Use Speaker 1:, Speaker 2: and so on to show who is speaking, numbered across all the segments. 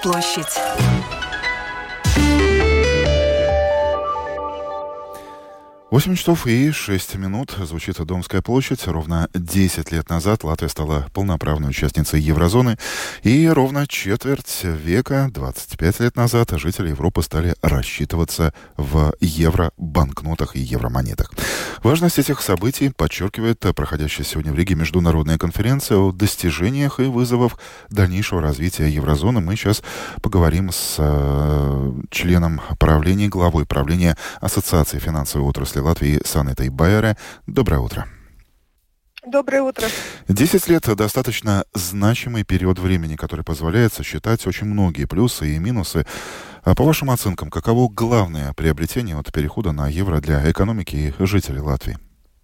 Speaker 1: площадь.
Speaker 2: Восемь часов и 6 минут. Звучит Домская площадь. Ровно 10 лет назад Латвия стала полноправной участницей еврозоны. И ровно четверть века, 25 лет назад, жители Европы стали рассчитываться в евробанкнотах и евромонетах. Важность этих событий подчеркивает проходящая сегодня в Риге международная конференция о достижениях и вызовах дальнейшего развития еврозоны. Мы сейчас поговорим с членом правления, главой правления Ассоциации финансовой отрасли Латвии Санетой Байере. Доброе утро.
Speaker 3: Доброе утро.
Speaker 2: 10 лет — достаточно значимый период времени, который позволяет сосчитать очень многие плюсы и минусы. А по вашим оценкам, каково главное приобретение от перехода на евро для экономики и жителей Латвии?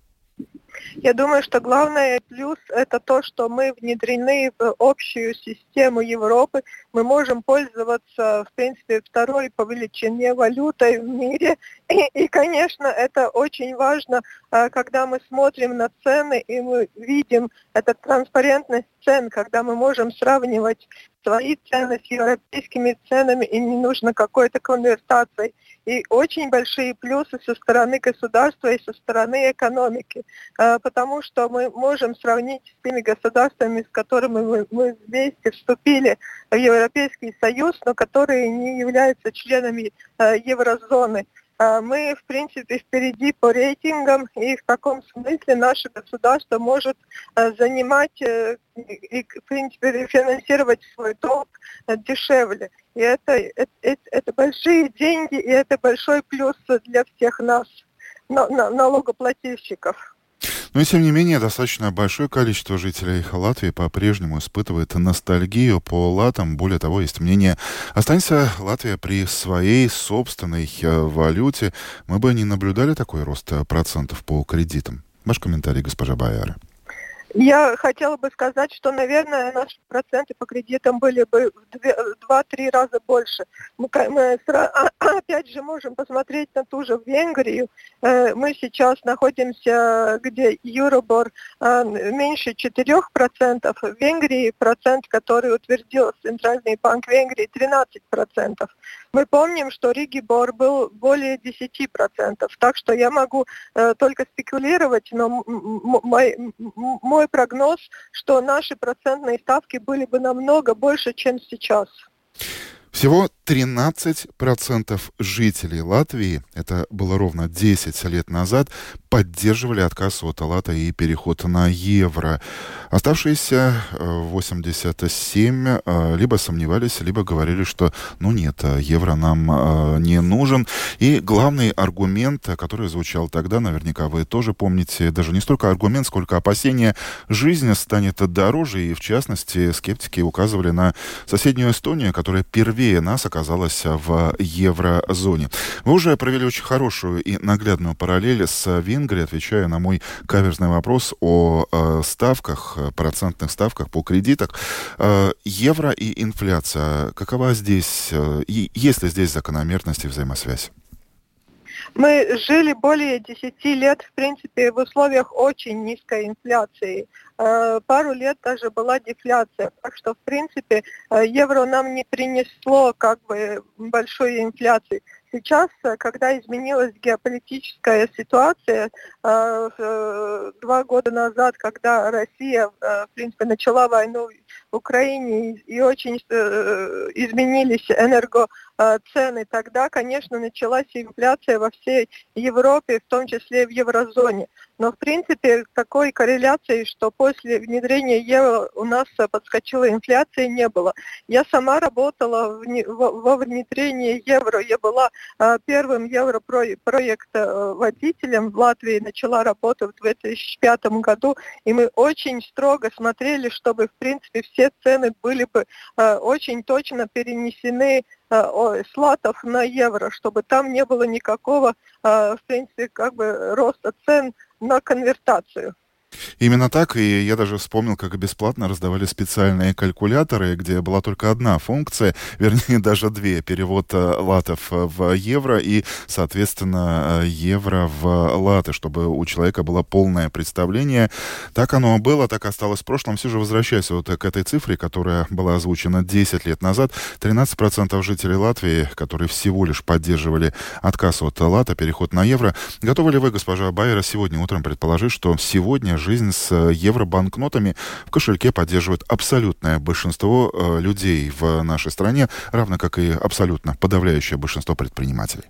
Speaker 3: Я думаю, что главный плюс – это то, что мы внедрены в общую систему Европы. Мы можем пользоваться, в принципе, второй по величине валютой в мире. И, конечно, это очень важно, когда мы смотрим на цены, и мы видим эту транспарентность цен, когда мы можем сравнивать свои цены с европейскими ценами, и не нужно какой-то конвертации. И очень большие плюсы со стороны государства и со стороны экономики, потому что мы можем сравнить с теми государствами, с которыми мы вместе вступили в Европейский Союз, но которые не являются членами еврозоны. Мы, в принципе, впереди по рейтингам, и в таком смысле наше государство может занимать и, в принципе, финансировать свой долг дешевле. И это большие деньги, и это большой плюс для всех нас, налогоплательщиков.
Speaker 2: Но, тем не менее, достаточно большое количество жителей Латвии по-прежнему испытывает ностальгию по латам. Более того, есть мнение, останься Латвия при своей собственной валюте, мы бы не наблюдали такой рост процентов по кредитам. Ваш комментарий, госпожа Байере.
Speaker 3: Я хотела бы сказать, что, наверное, наши проценты по кредитам были бы в 2-3 раза больше. Мы опять же можем посмотреть на ту же Венгрию. Мы сейчас находимся, где Euribor меньше 4%. В Венгрии процент, который утвердил Центральный банк Венгрии, 13%. Мы помним, что Ригибор был более 10%. Так что я могу только спекулировать, но мой прогноз, что наши процентные ставки были бы намного больше, чем сейчас.
Speaker 2: Всего 13% жителей Латвии, это было ровно 10 лет назад, поддерживали отказ от лата и переход на евро. Оставшиеся 87 либо сомневались, либо говорили, что нет, евро нам не нужен. И главный аргумент, который звучал тогда, наверняка вы тоже помните, даже не столько аргумент, сколько опасение, жизнь станет дороже. И в частности, скептики указывали на соседнюю Эстонию, которая первее нас оказалась в еврозоне. Вы уже провели очень хорошую и наглядную параллель с Венгрией, отвечая на мой каверзный вопрос о ставках, процентных ставках по кредитам. Евро и инфляция. Какова здесь, есть ли здесь закономерность и взаимосвязь?
Speaker 3: Мы жили более 10 лет, в принципе, в условиях очень низкой инфляции. Пару лет даже была дефляция. Так что, в принципе, евро нам не принесло большой инфляции. Сейчас, когда изменилась геополитическая ситуация, 2 года назад, когда Россия, в принципе, начала войну в Украине и очень изменились энергоцены, тогда, конечно, началась инфляция во всей Европе, в том числе и в еврозоне. Но, в принципе, такой корреляции, что после внедрения евро у нас подскочила инфляция, не было. Я сама работала во внедрении евро. Я была первым европроектом-водителем в Латвии, начала работу в 2005 году, и мы очень строго смотрели, чтобы, в принципе, все цены были бы очень точно перенесены с латов на евро, чтобы там не было никакого, в принципе, роста цен на конвертацию.
Speaker 2: Именно так, и я даже вспомнил, как бесплатно раздавали специальные калькуляторы, где была только одна функция, вернее, даже две, перевод латов в евро и, соответственно, евро в латы, чтобы у человека было полное представление. Так оно было, так осталось в прошлом. Все же возвращаясь вот к этой цифре, которая была озвучена 10 лет назад, 13% жителей Латвии, которые всего лишь поддерживали отказ от лата, переход на евро, готовы ли вы, госпожа Байера, сегодня утром предположить, что сегодня жизнь с евробанкнотами в кошельке поддерживает абсолютное большинство людей в нашей стране, равно как и абсолютно подавляющее большинство предпринимателей?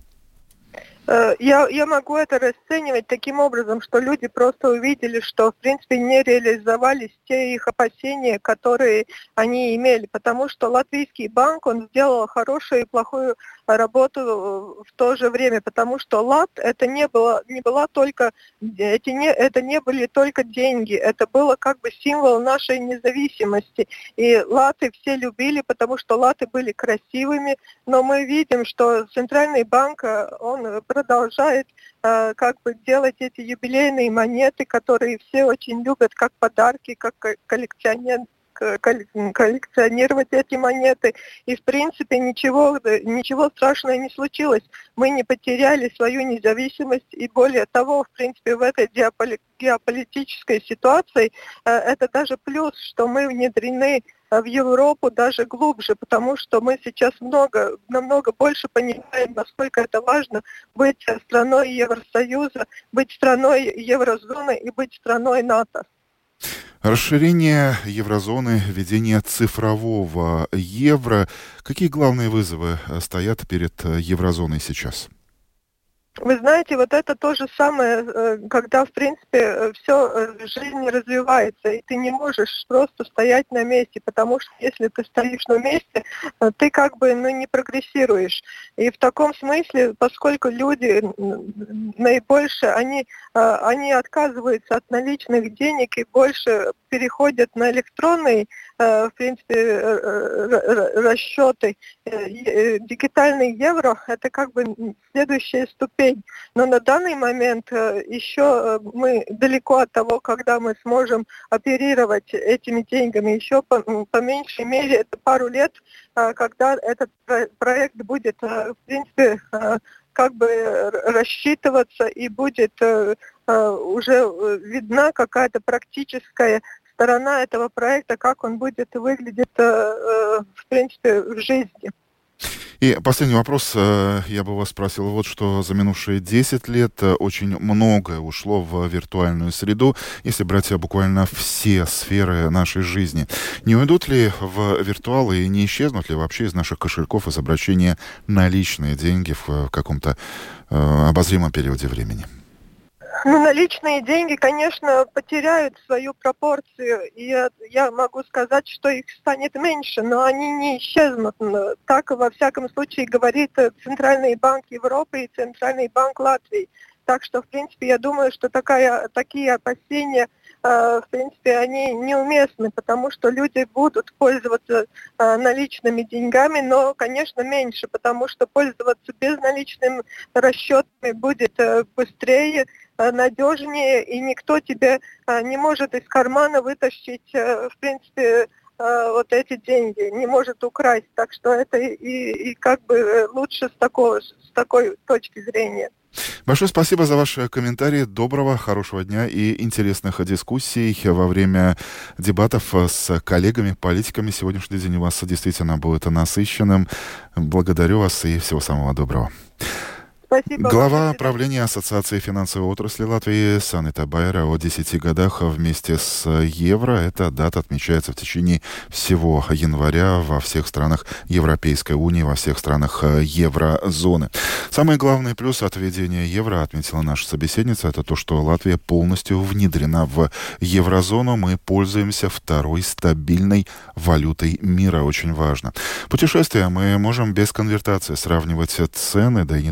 Speaker 3: Я могу это расценивать таким образом, что люди просто увидели, что в принципе не реализовались те их опасения, которые они имели, потому что Латвийский банк, он сделал хорошую и плохую работу в то же время, потому что лат это не были только деньги, это было как бы символ нашей независимости. И латы все любили, потому что латы были красивыми, но мы видим, что Центральный банк, он продолжает как бы делать эти юбилейные монеты, которые все очень любят, как подарки, как коллекционировать эти монеты. И, в принципе, ничего страшного не случилось. Мы не потеряли свою независимость. И более того, в принципе, в этой геополитической ситуации это даже плюс, что мы внедрены в Европу даже глубже, потому что мы сейчас намного больше понимаем, насколько это важно быть страной Евросоюза, быть страной еврозоны и быть страной НАТО.
Speaker 2: Расширение еврозоны, введение цифрового евро. Какие главные вызовы стоят перед еврозоной сейчас?
Speaker 3: Вы знаете, вот это то же самое, когда, в принципе, все жизнь развивается, и ты не можешь просто стоять на месте, потому что если ты стоишь на месте, ты как бы не прогрессируешь. И в таком смысле, поскольку люди наибольше, они отказываются от наличных денег и больше переходят на электронные, в принципе, расчеты, дигитальный евро, это как бы следующая ступень. Но на данный момент еще мы далеко от того, когда мы сможем оперировать этими деньгами. Еще по меньшей мере это пару лет, когда этот проект будет, в принципе, как бы рассчитываться и будет уже видна какая-то практическая сторона этого проекта, как он будет выглядеть, в принципе, в жизни.
Speaker 2: И последний вопрос. Я бы вас спросил вот что. За минувшие 10 лет очень многое ушло в виртуальную среду, если брать буквально все сферы нашей жизни. Не уйдут ли в виртуал и не исчезнут ли вообще из наших кошельков из обращения наличные деньги в каком-то обозримом периоде времени?
Speaker 3: Наличные деньги, конечно, потеряют свою пропорцию, и я могу сказать, что их станет меньше, но они не исчезнут. Так, во всяком случае, говорит Центральный банк Европы и Центральный банк Латвии. Так что, в принципе, я думаю, что такие опасения, в принципе, они неуместны, потому что люди будут пользоваться наличными деньгами, но, конечно, меньше, потому что пользоваться безналичными расчетами будет быстрее, надежнее, и никто тебе не может из кармана вытащить, в принципе, вот эти деньги, не может украсть. Так что это и как бы лучше с такой точки зрения.
Speaker 2: Большое спасибо за ваши комментарии. Доброго, хорошего дня и интересных дискуссий во время дебатов с коллегами, политиками. Сегодняшний день у вас действительно будет насыщенным. Благодарю вас и всего самого доброго.
Speaker 3: Спасибо.
Speaker 2: Глава правления Ассоциации финансовой отрасли Латвии Санита Байера о 10 годах вместе с евро. Эта дата отмечается в течение всего января во всех странах Европейской унии, во всех странах еврозоны. Самый главный плюс от введения евро, отметила наша собеседница, это то, что Латвия полностью внедрена в еврозону. Мы пользуемся второй стабильной валютой мира. Очень важно. Путешествия мы можем без конвертации сравнивать цены, да и не только путешествия.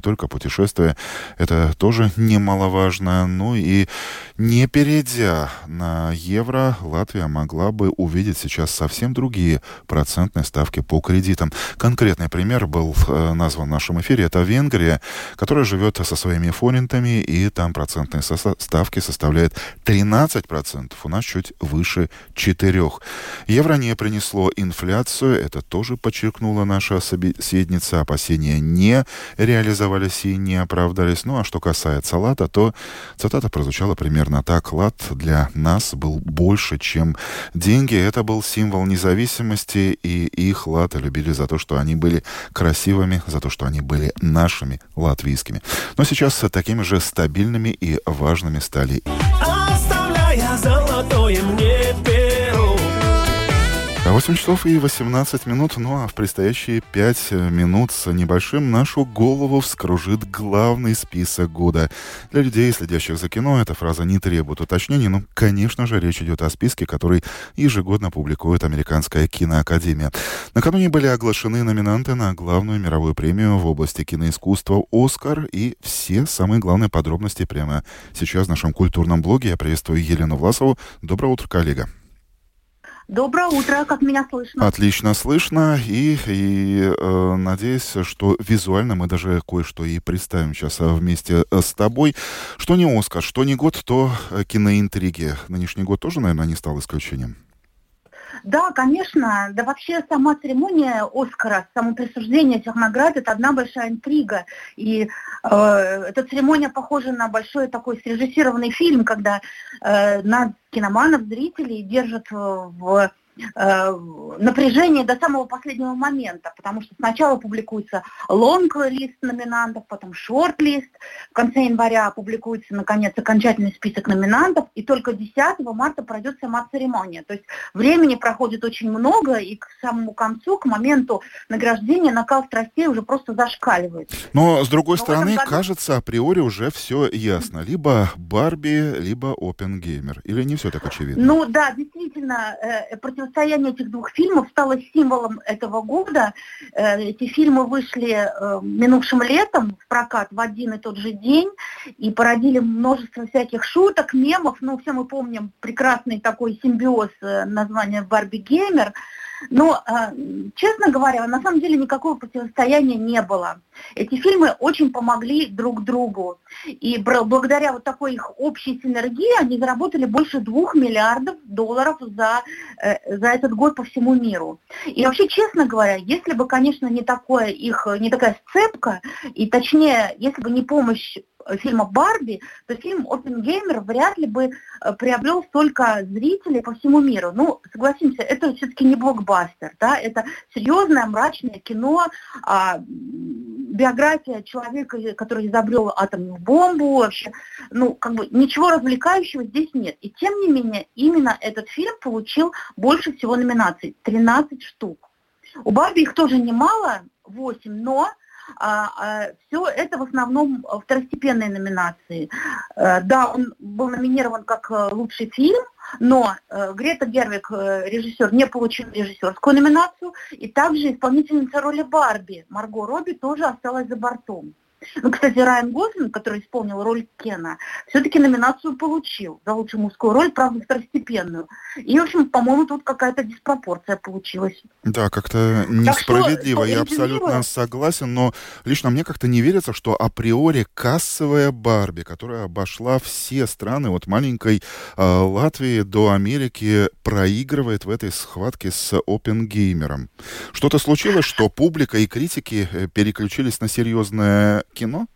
Speaker 2: путешествия. Это тоже немаловажно. Ну и не перейдя на евро, Латвия могла бы увидеть сейчас совсем другие процентные ставки по кредитам. Конкретный пример был назван в нашем эфире. Это Венгрия, которая живет со своими форинтами, и там процентные ставки составляют 13%. У нас чуть выше 4%. Евро не принесло инфляцию. Это тоже подчеркнула наша собеседница. Опасения не реализовались и не оправдались. Ну а что касается лата, то цитата прозвучала примерно так. Лат для нас был больше, чем деньги. Это был символ независимости, и их латы любили за то, что они были красивыми, за то, что они были нашими, латвийскими. Но сейчас такими же стабильными и важными стали.
Speaker 1: Оставляя золотое мне перо.
Speaker 2: 8 часов и 18 минут, ну а в предстоящие 5 минут с небольшим нашу голову вскружит главный список года. Для людей, следящих за кино, эта фраза не требует уточнений, но, конечно же, речь идет о списке, который ежегодно публикует Американская киноакадемия. Накануне были оглашены номинанты на главную мировую премию в области киноискусства «Оскар», и все самые главные подробности прямо сейчас в нашем культурном блоге. Я приветствую Елену Власову. Доброе утро, коллега.
Speaker 4: Доброе утро, как меня слышно?
Speaker 2: Отлично слышно, и надеюсь, что визуально мы даже кое-что и представим сейчас вместе с тобой. Что не «Оскар», что не год, то киноинтриги. Нынешний год тоже, наверное, не стал исключением.
Speaker 4: Да, конечно. Да вообще сама церемония «Оскара», само присуждение этих наград — это одна большая интрига. И эта церемония похожа на большой такой срежиссированный фильм, когда нас, киноманов, зрителей, держат в напряжение до самого последнего момента, потому что сначала публикуется лонг-лист номинантов, потом шорт-лист, в конце января публикуется, наконец, окончательный список номинантов, и только 10 марта пройдет сама церемония. То есть времени проходит очень много, и к самому концу, к моменту награждения, накал страстей уже просто зашкаливает.
Speaker 2: Но, с другой стороны, кажется, априори уже все ясно. Либо Барби, либо Оппенгеймер. Или не все так очевидно?
Speaker 4: Ну да, действительно, противостояние этих двух фильмов стало символом этого года. Эти фильмы вышли минувшим летом в прокат в один и тот же день и породили множество всяких шуток, мемов. Ну, все мы помним прекрасный такой симбиоз названия «Барби Геймер». Но, честно говоря, на самом деле никакого противостояния не было. Эти фильмы очень помогли друг другу. И благодаря вот такой их общей синергии они заработали больше $2 миллиардов за этот год по всему миру. И вообще, честно говоря, если бы, конечно, не такая сцепка, и точнее, если бы не помощь фильма «Барби», то фильм «Оппенгеймер» вряд ли бы приобрел столько зрителей по всему миру. Ну, согласимся, это все-таки не блокбастер, да, это серьезное, мрачное кино, биография человека, который изобрел атомную бомбу, вообще, ну, как бы ничего развлекающего здесь нет. И тем не менее, именно этот фильм получил больше всего номинаций, 13 штук. У «Барби» их тоже немало, 8, но все это в основном второстепенные номинации. Да, он был номинирован как лучший фильм, но Грета Гервиг, режиссер, не получил режиссерскую номинацию, и также исполнительница роли Барби Марго Робби тоже осталась за бортом. Ну, кстати, Райан Гослинг, который исполнил роль Кена, все-таки номинацию получил за лучшую мужскую роль, правда, второстепенную. И, в общем, по-моему, тут какая-то диспропорция получилась.
Speaker 2: Да, как-то несправедливо. Я абсолютно согласен, но лично мне как-то не верится, что априори кассовая Барби, которая обошла все страны от маленькой Латвии до Америки, проигрывает в этой схватке с Оппенгеймером. Что-то случилось, что публика и критики переключились на серьезное кино?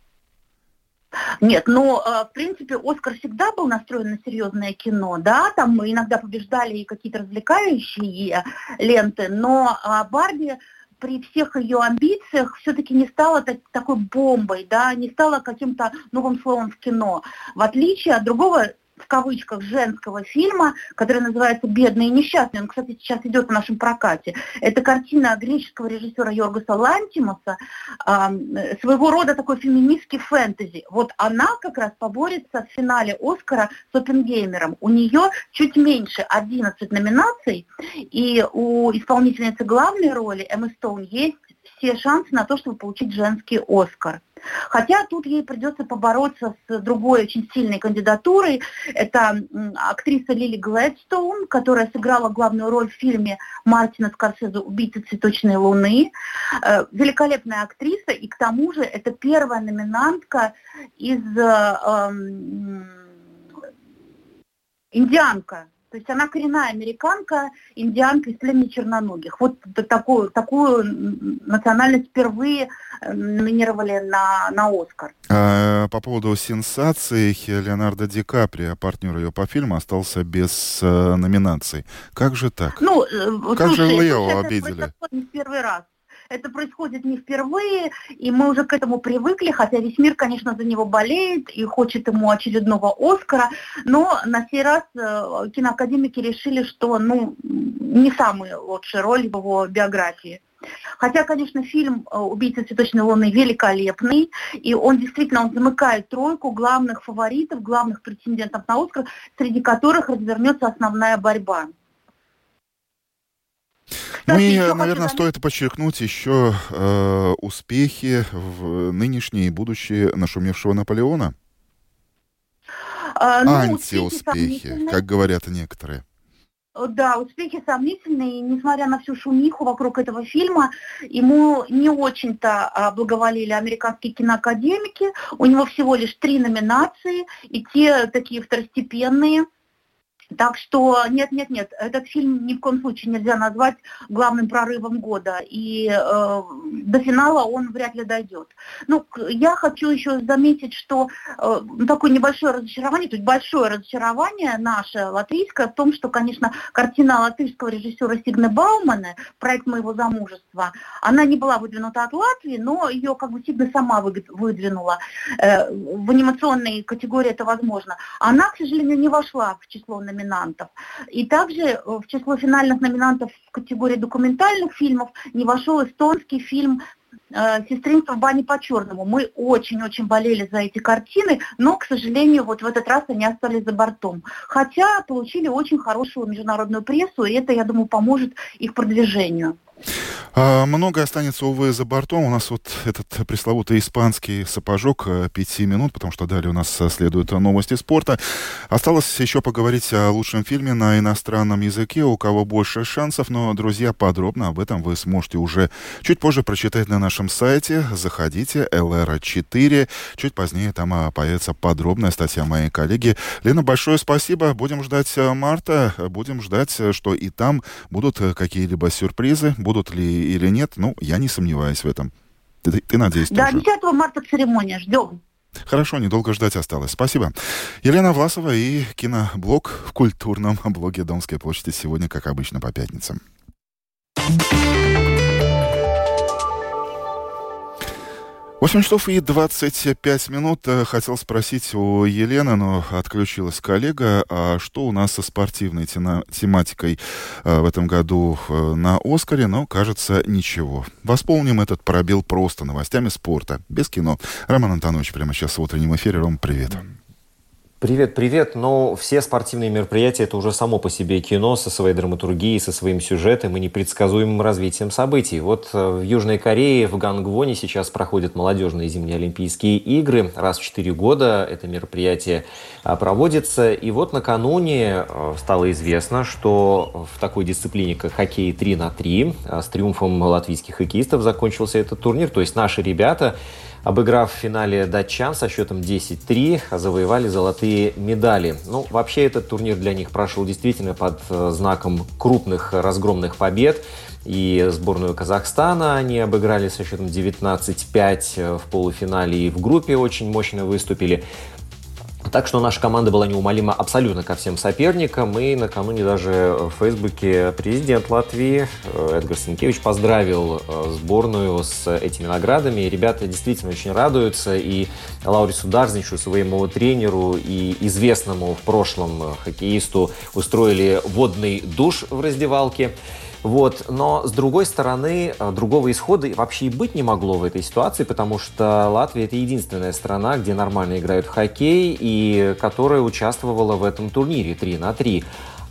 Speaker 4: Нет, в принципе, «Оскар» всегда был настроен на серьезное кино, да, там мы иногда побеждали и какие-то развлекающие ленты, но «Барби» при всех ее амбициях все-таки не стала такой бомбой, да, не стала каким-то новым словом в кино, в отличие от другого, в кавычках, женского фильма, который называется «Бедный и несчастный». Он, кстати, сейчас идет в нашем прокате. Это картина греческого режиссера Йоргоса Лантимоса, своего рода такой феминистский фэнтези. Вот она как раз поборется в финале «Оскара» с Оппенгеймером. У нее чуть меньше 11 номинаций, и у исполнительницы главной роли Эммы Стоун есть все шансы на то, чтобы получить женский «Оскар». Хотя тут ей придется побороться с другой очень сильной кандидатурой. Это актриса Лили Глэдстоун, которая сыграла главную роль в фильме Мартина Скорсезе «Убийца цветочной луны». Великолепная актриса, и к тому же это первая номинантка из индианка. То есть она коренная американка, индианка из племени черноногих. Вот такую национальность впервые номинировали на «Оскар».
Speaker 2: По поводу сенсации, Леонардо Ди Каприо, партнер ее по фильму, остался без номинаций. Как же так? Как же Лео обидели?
Speaker 4: Это не в первый раз. Это происходит не впервые, и мы уже к этому привыкли, хотя весь мир, конечно, за него болеет и хочет ему очередного «Оскара», но на сей раз киноакадемики решили, что не самая лучшая роль в его биографии. Хотя, конечно, фильм «Убийца цветочной луны» великолепный, и он замыкает тройку главных фаворитов, главных претендентов на «Оскар», среди которых развернется основная борьба.
Speaker 2: Кстати, наверное, стоит подчеркнуть еще успехи в нынешние и будущие нашумевшего Наполеона. Антиуспехи, как говорят некоторые.
Speaker 4: Да, успехи сомнительные, и несмотря на всю шумиху вокруг этого фильма, ему не очень-то благоволили американские киноакадемики, у него всего лишь 3 номинации, и те такие второстепенные. Так что нет, этот фильм ни в коем случае нельзя назвать главным прорывом года, и до финала он вряд ли дойдет. Я хочу еще заметить, что такое небольшое разочарование, то есть большое разочарование наше, латвийское, в том, что, конечно, картина латышского режиссера Сигне Баумана «Проект моего замужества», она не была выдвинута от Латвии, но ее Сигне сама выдвинула. В анимационной категории это возможно. Она, к сожалению, не вошла в число номинантов. И также в число финальных номинантов в категории документальных фильмов не вошел эстонский фильм «Сестринство в бане по-черному». Мы очень-очень болели за эти картины, но, к сожалению, вот в этот раз они остались за бортом. Хотя получили очень хорошую международную прессу, и это, я думаю, поможет их продвижению.
Speaker 2: Многое останется, увы, за бортом. У нас вот этот пресловутый испанский сапожок 5 минут, потому что далее у нас следуют новости спорта. Осталось еще поговорить о лучшем фильме на иностранном языке, у кого больше шансов. Но, друзья, подробно об этом вы сможете уже чуть позже прочитать на нашем сайте. Заходите, LR4. Чуть позднее там появится подробная статья моей коллеги. Лена, большое спасибо. Будем ждать марта. Будем ждать, что и там будут какие-либо сюрпризы. Будут ли или нет, я не сомневаюсь в этом. Ты надеюсь, тоже?
Speaker 4: Да, 10 марта церемония, ждем.
Speaker 2: Хорошо, недолго ждать осталось. Спасибо. Елена Власова и киноблог в культурном блоге «Домская площадь» сегодня, как обычно, по пятницам. 8 часов и 25 минут. Хотел спросить у Елены, но отключилась коллега, а что у нас со спортивной тематикой в этом году на «Оскаре», но, кажется, ничего. Восполним этот пробел просто новостями спорта, без кино. Роман Антонович прямо сейчас в утреннем эфире. Ром, привет.
Speaker 5: Привет. Но все спортивные мероприятия — это уже само по себе кино со своей драматургией, со своим сюжетом и непредсказуемым развитием событий. Вот в Южной Корее, в Гангвоне сейчас проходят молодежные зимние Олимпийские игры. Раз в 4 года это мероприятие проводится. И вот накануне стало известно, что в такой дисциплине, как хоккей 3 на 3, с триумфом латвийских хоккеистов закончился этот турнир. То есть наши ребята, обыграв в финале датчан со счетом 10-3, завоевали золотые медали. Вообще этот турнир для них прошел действительно под знаком крупных разгромных побед. И сборную Казахстана они обыграли со счетом 19-5 в полуфинале, и в группе очень мощно выступили. Так что наша команда была неумолима абсолютно ко всем соперникам. И накануне даже в Фейсбуке президент Латвии Эдгар Синкевич поздравил сборную с этими наградами. И ребята действительно очень радуются. И Лаурису Дарзничу, своему тренеру и известному в прошлом хоккеисту, устроили водный душ в раздевалке. Но, с другой стороны, другого исхода вообще и быть не могло в этой ситуации, потому что Латвия — это единственная страна, где нормально играют в хоккей, и которая участвовала в этом турнире 3 на 3.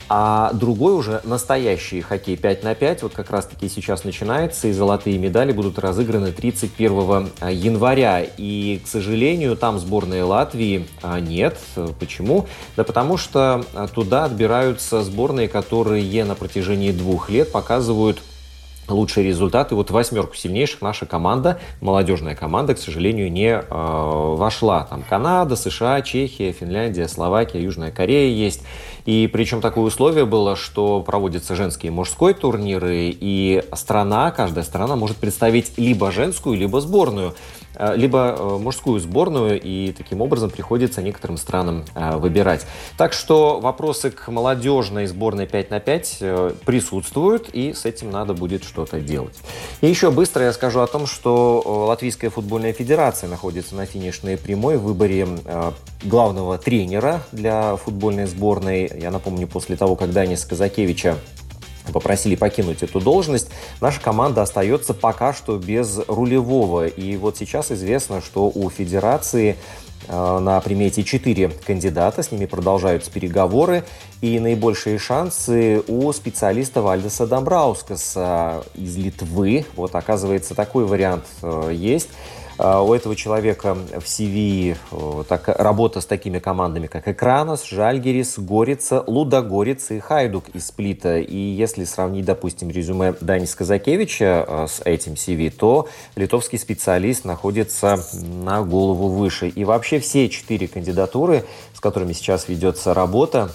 Speaker 5: А другой уже настоящий хоккей 5-на-5, вот как раз-таки сейчас начинается, и золотые медали будут разыграны 31 января. И, к сожалению, там сборной Латвии нет. Почему? Да потому что туда отбираются сборные, которые на протяжении 2 лет показывают лучшие результаты. Вот в 8 сильнейших наша команда, молодежная команда, к сожалению, не вошла. Там Канада, США, Чехия, Финляндия, Словакия, Южная Корея есть. И причем такое условие было, что проводятся женский и мужской турниры, и каждая страна может представить либо женскую, либо сборную, либо мужскую сборную, и таким образом приходится некоторым странам выбирать. Так что вопросы к молодежной сборной 5-на-5 присутствуют, и с этим надо будет что-то делать. И еще быстро я скажу о том, что Латвийская футбольная федерация находится на финишной прямой в выборе главного тренера для футбольной сборной. Я напомню, после того, как Даниса Казакевича попросили покинуть эту должность, наша команда остается пока что без рулевого. И вот сейчас известно, что у федерации на примете 4 кандидата, с ними продолжаются переговоры, и наибольшие шансы у специалиста Вальдеса Домбраускаса из Литвы. Вот, оказывается, такой вариант есть. У этого человека в CV работа с такими командами, как Экранос, Жальгирис, Горица, Лудогорец и Хайдук из Сплита. И если сравнить, допустим, резюме Даниса Казакевича с этим CV, то литовский специалист находится на голову выше. И вообще все 4 кандидатуры, с которыми сейчас ведется работа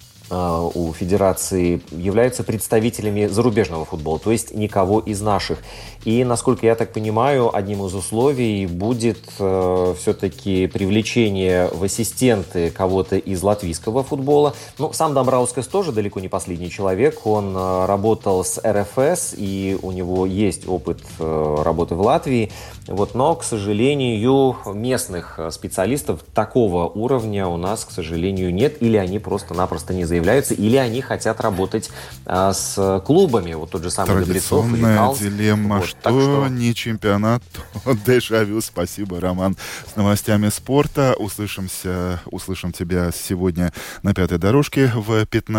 Speaker 5: у федерации, являются представителями зарубежного футбола, то есть никого из наших. И, насколько я так понимаю, одним из условий будет все-таки привлечение в ассистенты кого-то из латвийского футбола. Ну, сам Домбраускас тоже далеко не последний человек. Он работал с РФС, и у него есть опыт работы в Латвии. Вот, но, к сожалению, местных специалистов такого уровня у нас, к сожалению, нет. Или они просто-напросто не заявляются, или они хотят работать с клубами. Вот тот же самый Добрецов или Калс.
Speaker 2: Традиционная дилемма,
Speaker 5: вот,
Speaker 2: что не чемпионат, то дежавю. Спасибо, Роман, с новостями спорта. Услышим тебя сегодня на пятой дорожке в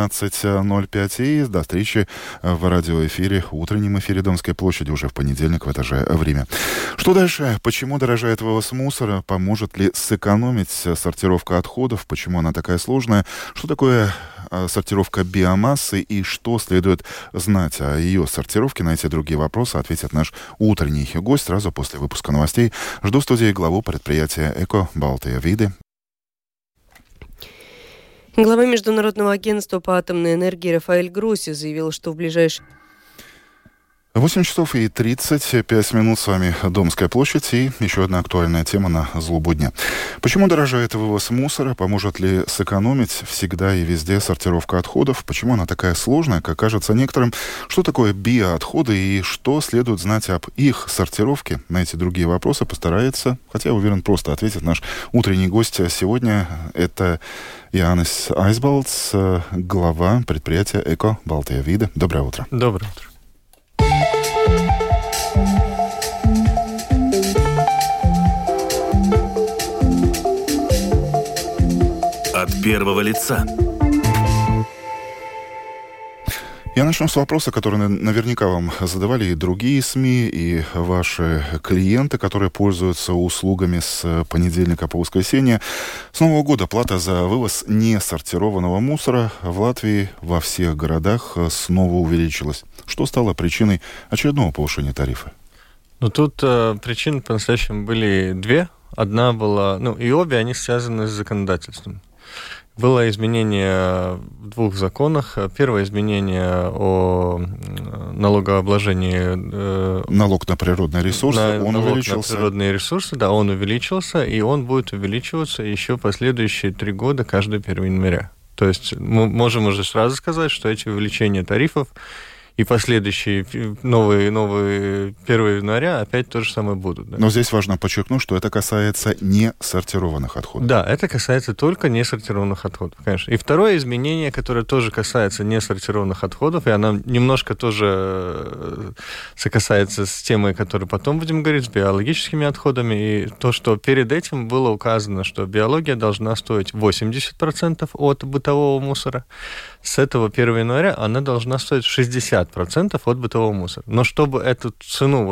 Speaker 2: 15:05. И до встречи в радиоэфире, утреннем эфире Домской площади уже в понедельник в это же время. Что дальше? Почему дорожает вывоз мусора? Поможет ли сэкономить сортировка отходов? Почему она такая сложная? Что такое сортировка биомассы и что следует знать о ее сортировке? На эти и другие вопросы ответит наш утренний гость сразу после выпуска новостей. Жду в студии главу предприятия «Эко Балтия Виды».
Speaker 6: Глава Международного агентства по атомной энергии Рафаэль Гросси заявил, что в ближайшие
Speaker 2: 8 часов и 35 минут. С вами Домская площадь и еще одна актуальная тема на злобу дня. Почему дорожает вывоз мусора? Поможет ли сэкономить всегда и везде сортировка отходов? Почему она такая сложная, как кажется некоторым? Что такое биоотходы и что следует знать об их сортировке? На эти другие вопросы постарается, хотя, уверен, просто ответит наш утренний гость сегодня. Это Jānis Aizbalts, глава предприятия «Эко Балтия Виды». Доброе утро.
Speaker 7: Доброе утро.
Speaker 1: От первого лица.
Speaker 2: Я начну с вопроса, который наверняка вам задавали и другие СМИ, и ваши клиенты, которые пользуются услугами с понедельника по воскресенье. С Нового года плата за вывоз несортированного мусора в Латвии во всех городах снова увеличилась. Что стало причиной очередного повышения тарифа?
Speaker 7: Ну, тут причин по-настоящему были две. Одна была, и обе они связаны с законодательством. Было изменение в двух законах. Первое изменение о налогообложении...
Speaker 2: Налог на природные ресурсы, он увеличился.
Speaker 7: Налог на природные ресурсы, да, он увеличился, и он будет увеличиваться еще последующие 3 года, каждый 1 января. То есть мы можем уже сразу сказать, что эти увеличения тарифов и последующие новые 1 января опять то же самое будут. Да.
Speaker 2: Но здесь важно подчеркнуть, что это касается несортированных отходов.
Speaker 7: Да, это касается только несортированных отходов, конечно. И второе изменение, которое тоже касается несортированных отходов, и оно немножко тоже сокасается с темой, которую потом будем говорить, с биологическими отходами, и то, что перед этим было указано, что биология должна стоить 80% от бытового мусора. С этого 1 января она должна стоить 60% от бытового мусора. Но чтобы эту цену,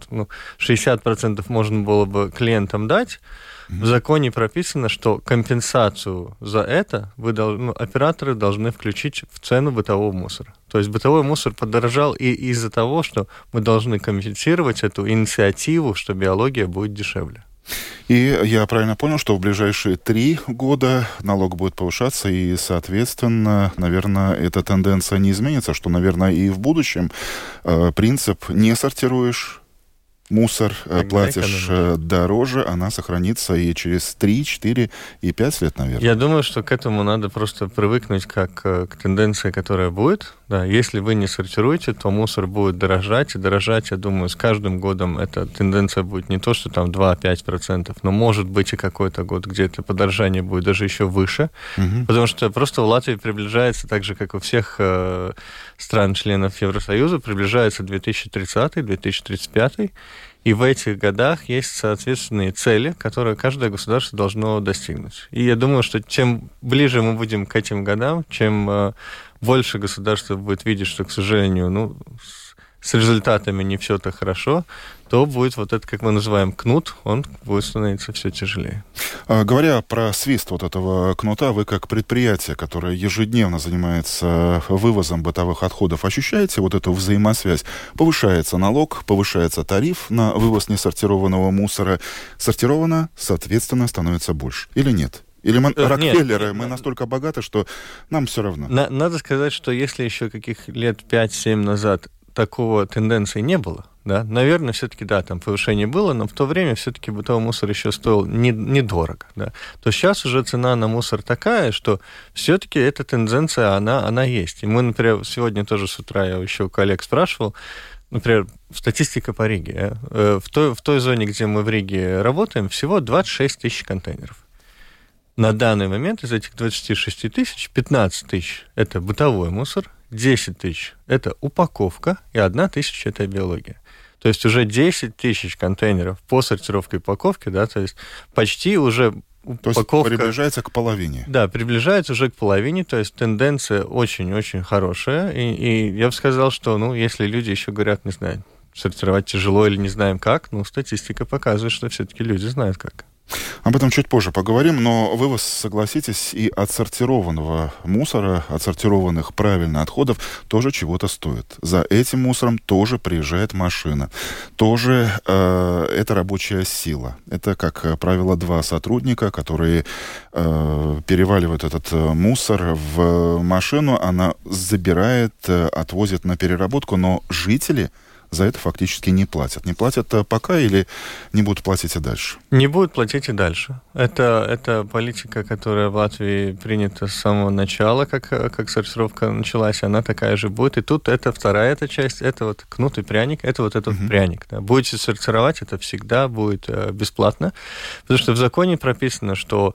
Speaker 7: 60% можно было бы клиентам дать, в законе прописано, что компенсацию за это операторы должны включить в цену бытового мусора. То есть бытовой мусор подорожал и из-за того, что мы должны компенсировать эту инициативу, что биология будет дешевле.
Speaker 2: И я правильно понял, что в ближайшие 3 года налог будет повышаться, и, соответственно, наверное, эта тенденция не изменится, что, наверное, и в будущем принцип «не сортируешь мусор, платишь дороже», она сохранится и через 3, 4 и 5 лет, наверное.
Speaker 7: Я думаю, что к этому надо просто привыкнуть как к тенденции, которая будет. Да, если вы не сортируете, то мусор будет дорожать, и дорожать, я думаю, с каждым годом эта тенденция будет не то, что там 2-5%, но может быть и какой-то год, где это подорожание будет даже еще выше, потому что просто в Латвии приближается, так же, как у всех стран-членов Евросоюза, приближается 2030-2035, и в этих годах есть соответственные цели, которые каждое государство должно достигнуть. И я думаю, что чем ближе мы будем к этим годам, чем больше государство будет видеть, что, к сожалению, с результатами не все так хорошо, то будет вот это, как мы называем, кнут, он будет становиться все тяжелее.
Speaker 2: Говоря про свист вот этого кнута, вы как предприятие, которое ежедневно занимается вывозом бытовых отходов, ощущаете вот эту взаимосвязь? Повышается налог, повышается тариф на вывоз несортированного мусора. Сортировано, соответственно, становится больше. Или нет? Или мы, Рокфеллеры, мы настолько богаты, что нам все равно?
Speaker 7: Надо сказать, что если еще каких лет 5-7 назад такого тенденции не было, да, наверное, все-таки, да, там повышение было, но в то время все-таки бытовой мусор еще стоил недорого, да, то сейчас уже цена на мусор такая, что все-таки эта тенденция, она есть. И мы, например, сегодня тоже с утра я еще у коллег спрашивал, например, статистика по Риге. В той зоне, где мы в Риге работаем, всего 26 тысяч контейнеров. На данный момент из этих 26 тысяч 15 тысяч – это бытовой мусор, 10 тысяч – это упаковка, и 1 тысяча – это биология. То есть уже 10 тысяч контейнеров по сортировке и упаковке, да, то есть почти уже упаковка...
Speaker 2: То есть приближается к половине.
Speaker 7: Да, приближается уже к половине, то есть тенденция очень-очень хорошая, и я бы сказал, что, если люди еще говорят, не знаю, сортировать тяжело или не знаем как, статистика показывает, что все-таки люди знают как.
Speaker 2: Об этом чуть позже поговорим, но вывоз, согласитесь, и отсортированного мусора, отсортированных правильно отходов тоже чего-то стоит. За этим мусором тоже приезжает машина. Тоже это рабочая сила. Это, как правило, 2 сотрудника, которые переваливают этот мусор в машину, она забирает, отвозит на переработку, но жители за это фактически не платят. Не платят пока или не будут платить и дальше?
Speaker 7: Не будут платить и дальше. Это политика, которая в Латвии принята с самого начала, как сортировка началась, она такая же будет. И тут это вторая часть, это вот кнут и пряник, это вот этот пряник. Да. Будете сортировать, это всегда будет бесплатно, потому что в законе прописано, что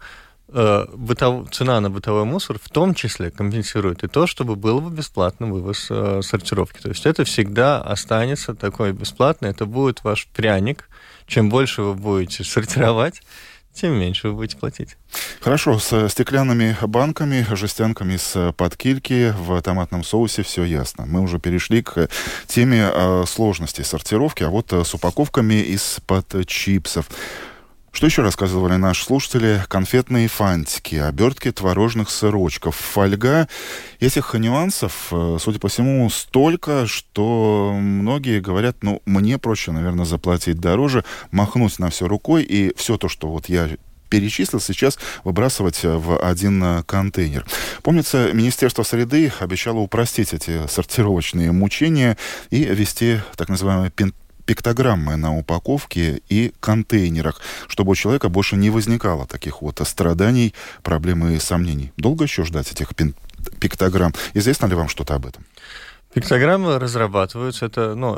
Speaker 7: цена на бытовой мусор в том числе компенсирует и то, чтобы был бы бесплатный вывоз сортировки. То есть это всегда останется такое бесплатное, это будет ваш пряник. Чем больше вы будете сортировать, тем меньше вы будете платить.
Speaker 2: Хорошо, с стеклянными банками, жестянками из-под кильки в томатном соусе все ясно. Мы уже перешли к теме сложности сортировки, а вот с упаковками из-под чипсов. Что еще рассказывали наши слушатели? Конфетные фантики, обертки творожных сырочков, фольга. Этих нюансов, судя по всему, столько, что многие говорят, мне проще, наверное, заплатить дороже, махнуть на все рукой, и все то, что вот я перечислил, сейчас выбрасывать в один контейнер. Помнится, Министерство среды обещало упростить эти сортировочные мучения и ввести так называемые пиктограммы на упаковке и контейнерах, чтобы у человека больше не возникало таких вот страданий, проблем и сомнений. Долго еще ждать этих пиктограмм? Известно ли вам что-то об этом?
Speaker 7: Пиктограммы разрабатываются.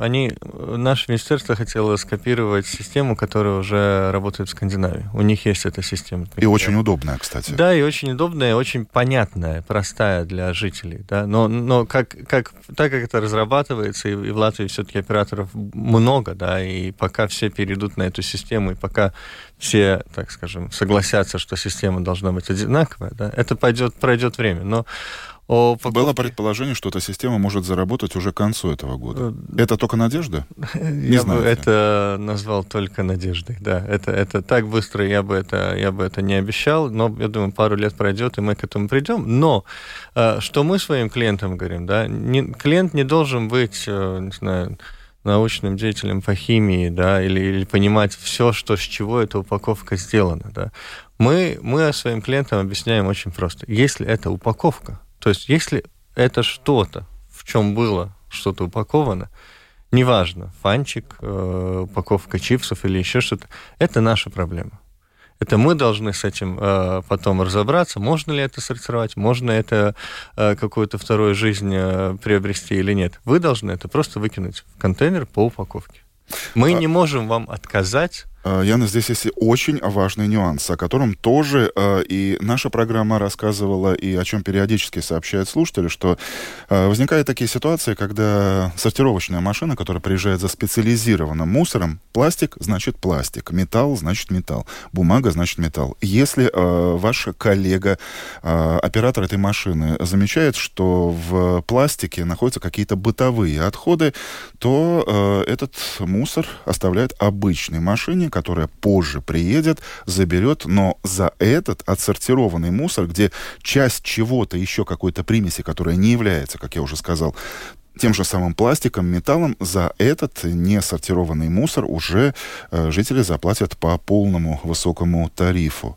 Speaker 7: Наше министерство хотело скопировать систему, которая уже работает в Скандинавии. У них есть эта система.
Speaker 2: И очень удобная, кстати.
Speaker 7: Да, и очень удобная, очень понятная, простая для жителей. Да? Но так как это разрабатывается, и в Латвии все-таки операторов много, да, и пока все перейдут на эту систему, и пока все, так скажем, согласятся, что система должна быть одинаковая, да, это пройдет время. Но было
Speaker 2: предположение, что эта система может заработать уже к концу этого года. Это только надежда?
Speaker 7: Я бы это назвал только надеждой, да. Это так быстро я бы это не обещал, но, я думаю, пару лет пройдет, и мы к этому придем. Но что мы своим клиентам говорим, да, клиент не должен быть, не знаю, научным деятелем по химии, да, или понимать все, с чего эта упаковка сделана, да. Мы своим клиентам объясняем очень просто. Если это упаковка, то есть, если это что-то, в чем было что-то упаковано, неважно, фанчик, упаковка чипсов или еще что-то, это наша проблема. Это мы должны с этим потом разобраться, можно ли это сортировать, можно это какую-то вторую жизнь приобрести или нет. Вы должны это просто выкинуть в контейнер по упаковке. Мы не можем вам отказать.
Speaker 2: Яна, здесь есть очень важный нюанс, о котором тоже и наша программа рассказывала, и о чем периодически сообщают слушатели, что возникают такие ситуации, когда сортировочная машина, которая приезжает за специализированным мусором, пластик значит пластик, металл значит металл, бумага значит металл. Если ваш коллега, оператор этой машины, замечает, что в пластике находятся какие-то бытовые отходы, то этот мусор оставляет обычной машине, которая позже приедет, заберет, но за этот отсортированный мусор, где часть чего-то, еще какой-то примеси, которая не является, как я уже сказал, тем же самым пластиком, металлом, за этот несортированный мусор уже жители заплатят по полному высокому тарифу.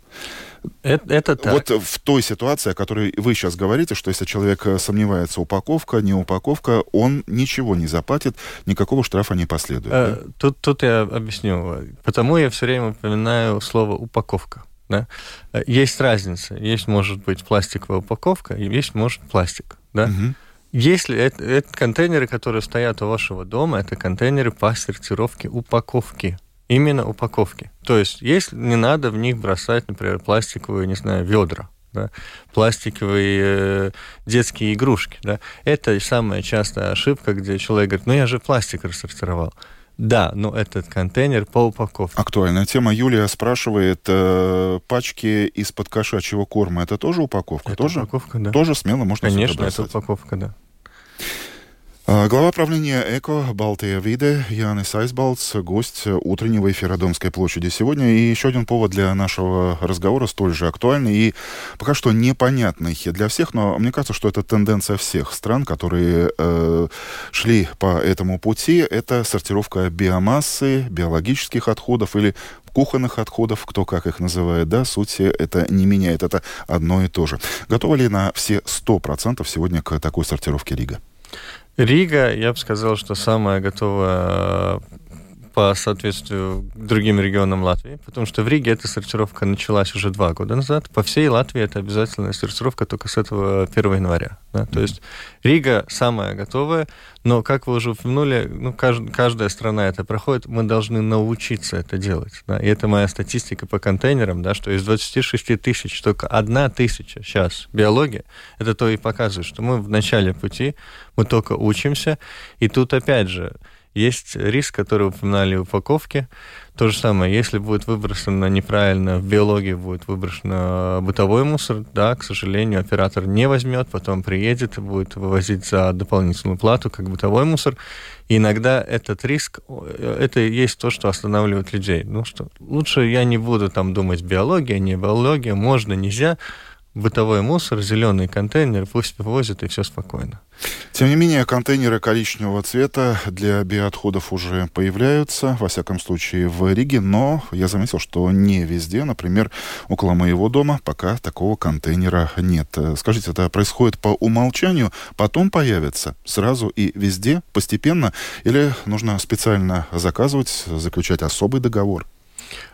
Speaker 7: Это так.
Speaker 2: Вот в той ситуации, о которой вы сейчас говорите, что если человек сомневается, упаковка, не упаковка, он ничего не заплатит, никакого штрафа не последует. Да?
Speaker 7: Тут я объясню. Потому я все время упоминаю слово «упаковка». Да? Есть разница. Есть, может быть, пластиковая упаковка, и есть, может, пластик. Да? Угу. Если это контейнеры, которые стоят у вашего дома, это контейнеры по сортировке упаковки. Именно упаковки. То есть, если не надо в них бросать, например, пластиковые, не знаю, ведра, да, пластиковые детские игрушки. Да. Это самая частая ошибка, где человек говорит, я же пластик рассортировал. Да, но этот контейнер по упаковке.
Speaker 2: Актуальная тема. Юлия спрашивает, пачки из-под кошачьего корма, это тоже упаковка?
Speaker 7: Это упаковка, да.
Speaker 2: Тоже смело можно сюда бросать?
Speaker 7: Конечно, это упаковка, да.
Speaker 2: Глава правления ЭКО «Балтия Виде» Янис Айсбалтс, гость утреннего эфира Домской площади сегодня. И еще один повод для нашего разговора, столь же актуальный и пока что непонятный для всех, но мне кажется, что это тенденция всех стран, которые шли по этому пути. Это сортировка биомассы, биологических отходов или кухонных отходов, кто как их называет, да, суть это не меняет, это одно и то же. Готова ли на все 100% сегодня к такой сортировке Рига?
Speaker 7: Рига, я бы сказал, что самая готовая по соответствию к другим регионам Латвии, потому что в Риге эта сортировка началась уже 2 года назад. По всей Латвии это обязательная сортировка только с этого 1 января. Да? То есть Рига самая готовая, но, как вы уже упомянули, каждая страна это проходит, мы должны научиться это делать. Да? И это моя статистика по контейнерам, да, что из 26 тысяч только 1 1000 сейчас биология, это то и показывает, что мы в начале пути, мы только учимся, и тут опять же есть риск, который упоминали в упаковке. То же самое, если будет выброшено неправильно, в биологии будет выброшен бытовой мусор, да, к сожалению, оператор не возьмет, потом приедет и будет вывозить за дополнительную плату, как бытовой мусор. И иногда этот риск, это и есть то, что останавливает людей. Что лучше я не буду там думать биология, не биология, можно, нельзя. Бытовой мусор, зеленый контейнер, пусть вывозят, и все спокойно.
Speaker 2: Тем не менее, контейнеры коричневого цвета для биоотходов уже появляются, во всяком случае в Риге, но я заметил, что не везде, например, около моего дома пока такого контейнера нет. Скажите, это происходит по умолчанию, потом появится сразу и везде, постепенно, или нужно специально заказывать, заключать особый договор?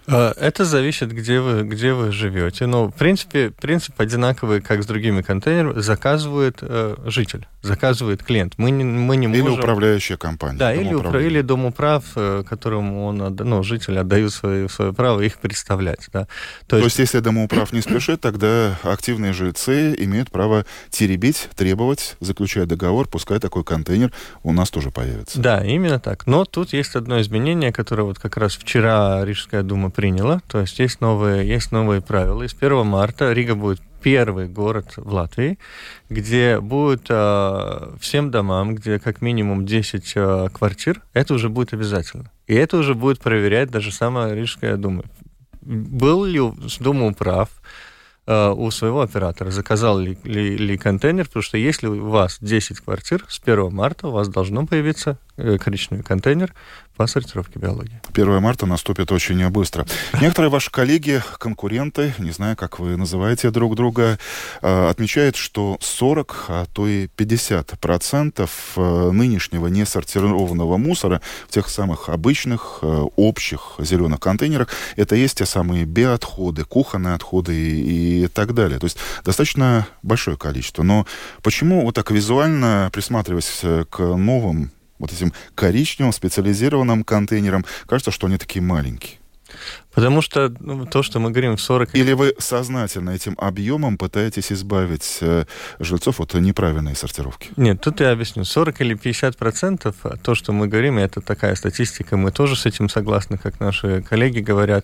Speaker 7: Это зависит, где вы живете. Но, в принципе, принцип одинаковый, как с другими контейнерами. Заказывает житель, заказывает клиент. Мы не можем...
Speaker 2: Или управляющая компания.
Speaker 7: Да, или домоуправ, которому житель отдают свое право их представлять. Да.
Speaker 2: То есть, если домоуправ не спешит, тогда активные жильцы имеют право теребить, требовать, заключая договор, пускай такой контейнер у нас тоже появится.
Speaker 7: Да, именно так. Но тут есть одно изменение, которое вот как раз вчера Рижская дума приняла. То есть есть новые правила. И с 1 марта Рига будет первый город в Латвии, где будет всем домам, где как минимум 10 квартир, это уже будет обязательно. И это уже будет проверять даже сама Рижская дума. Был ли домоуправ у своего оператора, заказал ли контейнер, потому что если у вас 10 квартир, с 1 марта у вас должно появиться коричневый контейнер по сортировке биологии.
Speaker 2: 1 марта наступит очень быстро. Некоторые ваши коллеги, конкуренты, не знаю, как вы называете друг друга, отмечают, что 40, а то и 50% нынешнего несортированного мусора в тех самых обычных, общих зеленых контейнерах, это есть те самые биоотходы, кухонные отходы и так далее. То есть достаточно большое количество. Но почему вот так визуально, присматриваясь к новым вот этим коричневым специализированным контейнерам, кажется, что они такие маленькие?
Speaker 7: Потому что то, что мы говорим в 40...
Speaker 2: Или вы сознательно этим объемом пытаетесь избавить жильцов от неправильной сортировки?
Speaker 7: Нет, тут я объясню. 40 или 50% то, что мы говорим, это такая статистика, мы тоже с этим согласны, как наши коллеги говорят,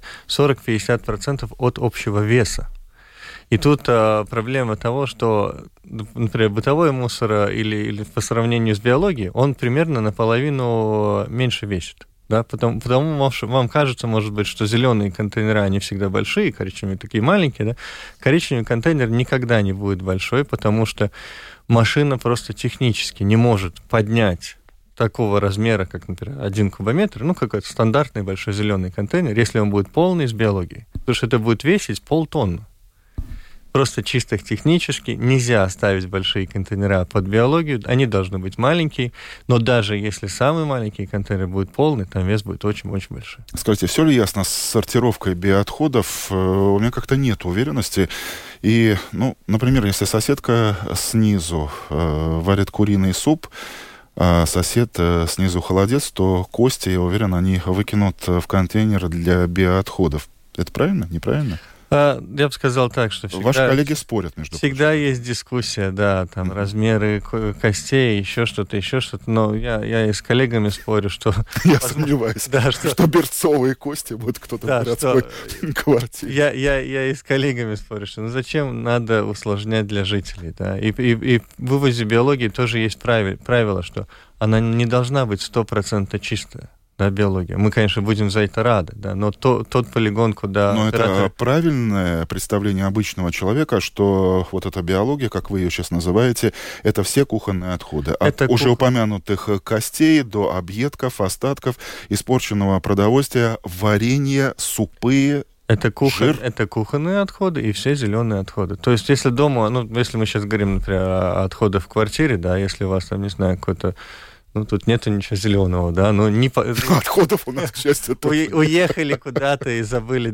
Speaker 7: 40-50% от общего веса. И тут проблема того, что, например, бытовой мусор или по сравнению с биологией, он примерно наполовину меньше весит. Да? Потому вам кажется, может быть, что зеленые контейнеры, они всегда большие, коричневые такие маленькие. Да? Коричневый контейнер никогда не будет большой, потому что машина просто технически не может поднять такого размера, как, например, 1 кубометр, какой-то стандартный большой зеленый контейнер, если он будет полный с биологией. Потому что это будет весить полтонны. Просто чисто технически нельзя ставить большие контейнера под биологию, они должны быть маленькие, но даже если самый маленький контейнер будет полный, там вес будет очень-очень большой.
Speaker 2: Скажите, все ли ясно с сортировкой биоотходов? У меня как-то нет уверенности. И, например, если соседка снизу варит куриный суп, а сосед снизу холодец, то кости, я уверен, они выкинут в контейнер для биоотходов. Это правильно? Неправильно?
Speaker 7: Я бы сказал так, что всегда...
Speaker 2: Ваши коллеги спорят между собой.
Speaker 7: Всегда есть дискуссия, да, там размеры костей, еще что-то. Но я и с коллегами спорю, что...
Speaker 2: Я сомневаюсь, что берцовые кости будут кто-то в городской квартире.
Speaker 7: Я и с коллегами спорю, что зачем надо усложнять для жителей, да. И в вывозе биологии тоже есть правило, что она не должна быть 100% чистая. Да, биология. Мы, конечно, будем за это рады, да, но тот полигон, куда...
Speaker 2: Но это правильное представление обычного человека, что вот эта биология, как вы ее сейчас называете, это все кухонные отходы. От уже упомянутых костей до объедков, остатков, испорченного продовольствия, варенья, супы, жир.
Speaker 7: Это кухонные отходы и все зеленые отходы. То есть, если дома, если мы сейчас говорим, например, о отходах в квартире, да, если у вас там, не знаю, какой-то... тут нету ничего зеленого, да,
Speaker 2: Отходов у нас, к счастью, тоже.
Speaker 7: Уехали куда-то и забыли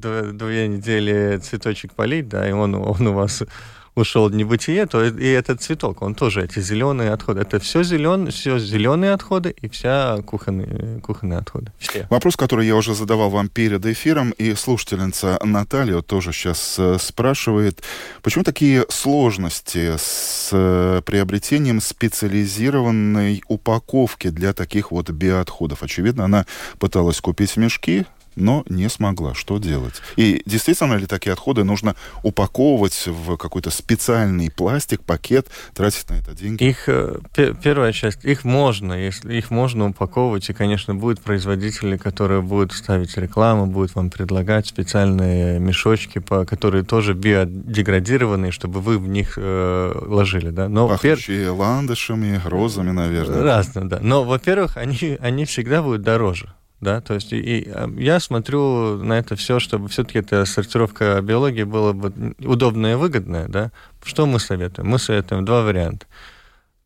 Speaker 7: 2 недели цветочек полить, да, и он у вас ушел в небытие, то и этот цветок, он тоже эти зеленые отходы. Это все зеленые отходы и вся кухонные отходы. Все.
Speaker 2: Вопрос, который я уже задавал вам перед эфиром, и слушательница Наталья тоже сейчас спрашивает, почему такие сложности с приобретением специализированной упаковки для таких вот биоотходов? Очевидно, она пыталась купить мешки, но не смогла. Что делать? И действительно ли такие отходы нужно упаковывать в какой-то специальный пластик, пакет, тратить на это деньги?
Speaker 7: Первая часть, их можно упаковывать, и, конечно, будут производители, которые будут ставить рекламу, будут вам предлагать специальные мешочки, которые тоже биодеградированные, чтобы вы в них ложили, да.
Speaker 2: Пахнущие ландышами, розами, наверное.
Speaker 7: Разно, да. Но, во-первых, они всегда будут дороже. Да, то есть и я смотрю на это все, чтобы все-таки эта сортировка биологии была бы удобная и выгодная, да. Что мы советуем? Мы советуем 2 варианта.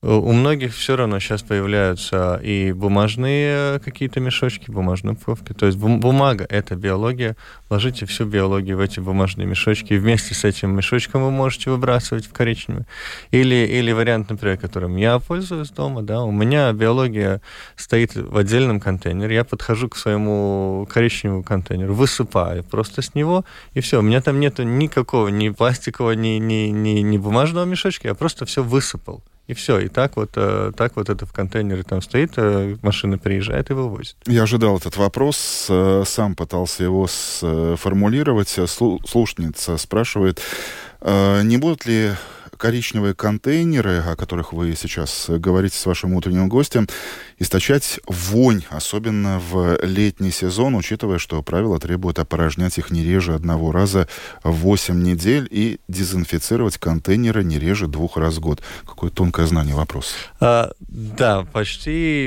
Speaker 7: У многих все равно сейчас появляются и бумажные какие-то мешочки, бумажные упаковки. То есть бумага — это биология. Вложите всю биологию в эти бумажные мешочки, и вместе с этим мешочком вы можете выбрасывать в коричневый. Или вариант, например, которым я пользуюсь дома, да, у меня биология стоит в отдельном контейнере, я подхожу к своему коричневому контейнеру, высыпаю просто с него, и все. У меня там нету никакого ни пластикового, ни бумажного мешочка, я просто все высыпал. И все, и так вот это в контейнере там стоит, машина приезжает и вывозит.
Speaker 2: Я ожидал этот вопрос, сам пытался его сформулировать. Слушница спрашивает, не будут ли коричневые контейнеры, о которых вы сейчас говорите с вашим утренним гостем, источать вонь, особенно в летний сезон, учитывая, что правила требуют опорожнять их не реже одного раза в 8 недель и дезинфицировать контейнеры не реже 2 раз в год. Какое тонкое знание вопроса.
Speaker 7: Да, почти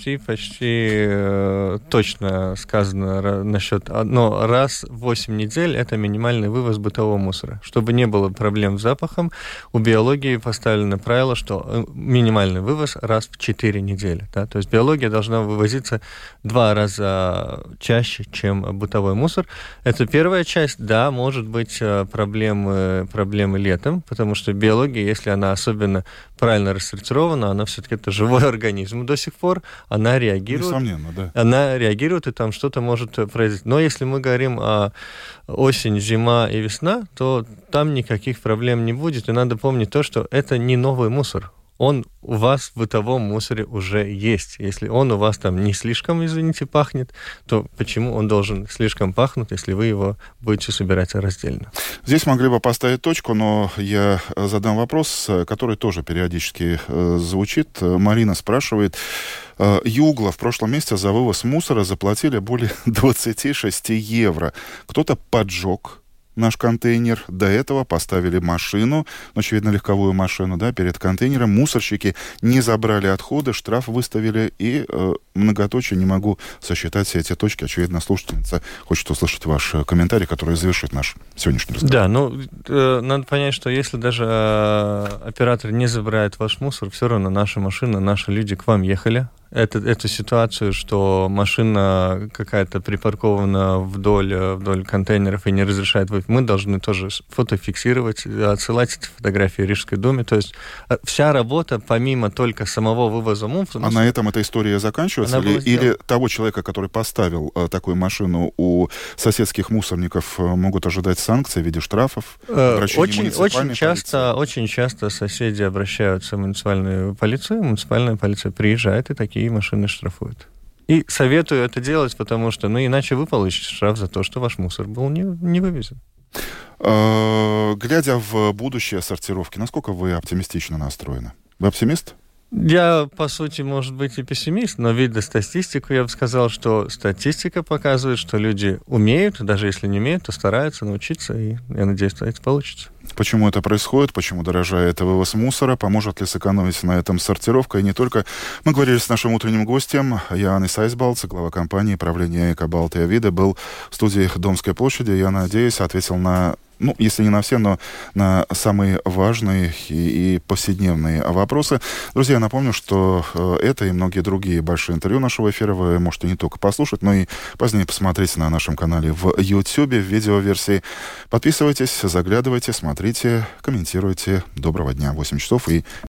Speaker 7: точно сказано насчет... Но раз в 8 недель это минимальный вывоз бытового мусора. Чтобы не было проблем с запахом, у биологии поставлено правило, что минимальный вывоз раз в 4 недели. Да? То есть биология должна вывозиться 2 раза чаще, чем бытовой мусор. Это первая часть. Да, может быть проблемы летом, потому что биология, если она особенно правильно рассортирована, она все-таки это живой организм до сих пор, она реагирует.
Speaker 2: Несомненно, да.
Speaker 7: Она реагирует, и там что-то может произойти. Но если мы говорим о осень, зима и весна, то там никаких проблем не будет. И надо помнить то, что это не новый мусор. Он у вас в бытовом мусоре уже есть. Если он у вас там не слишком, извините, пахнет, то почему он должен слишком пахнуть, если вы его будете собирать раздельно?
Speaker 2: Здесь могли бы поставить точку, но я задам вопрос, который тоже периодически звучит. Марина спрашивает. Югла в прошлом месяце за вывоз мусора заплатили более 26 евро. Кто-то поджег наш контейнер. До этого поставили машину, очевидно, легковую машину, да, перед контейнером. Мусорщики не забрали отходы, штраф выставили, и многоточие не могу сосчитать все эти точки. Очевидно, слушательница хочет услышать ваш комментарий, который завершит наш сегодняшний разговор.
Speaker 7: Да, надо понять, что если даже оператор не забирает ваш мусор, все равно наша машина, наши люди к вам ехали. Эту ситуацию, что машина какая-то припаркована вдоль контейнеров и не разрешает выйти, мы должны тоже фотофиксировать, отсылать эти фотографии Рижской думе. То есть вся работа, помимо только самого вывоза мусора...
Speaker 2: А на этом эта история заканчивается? Или того человека, который поставил такую машину, у соседских мусорников могут ожидать санкции в виде штрафов?
Speaker 7: Очень часто соседи обращаются в муниципальную полицию, муниципальная полиция приезжает и такие машины штрафуют. И советую это делать, потому что, иначе вы получите штраф за то, что ваш мусор был не вывезен.
Speaker 2: Глядя в будущее сортировки, насколько вы оптимистично настроены? Вы оптимист?
Speaker 7: Я, по сути, может быть, и пессимист, но видя статистику, я бы сказал, что статистика показывает, что люди умеют, даже если не умеют, то стараются научиться, и я надеюсь, что это получится.
Speaker 2: Почему это происходит? Почему дорожает вывоз мусора? Поможет ли сэкономить на этом сортировка? И не только. Мы говорили с нашим утренним гостем. Янис Айсбалдс, глава компании правления «Эко-Балтия Виде», был в студии Домской площади. Я надеюсь, ответил на, если не на все, но на самые важные и повседневные вопросы. Друзья, напомню, что это и многие другие большие интервью нашего эфира вы можете не только послушать, но и позднее посмотреть на нашем канале в YouTube, в видеоверсии. Подписывайтесь, заглядывайте, смотрите, комментируйте. Доброго дня. 8 часов и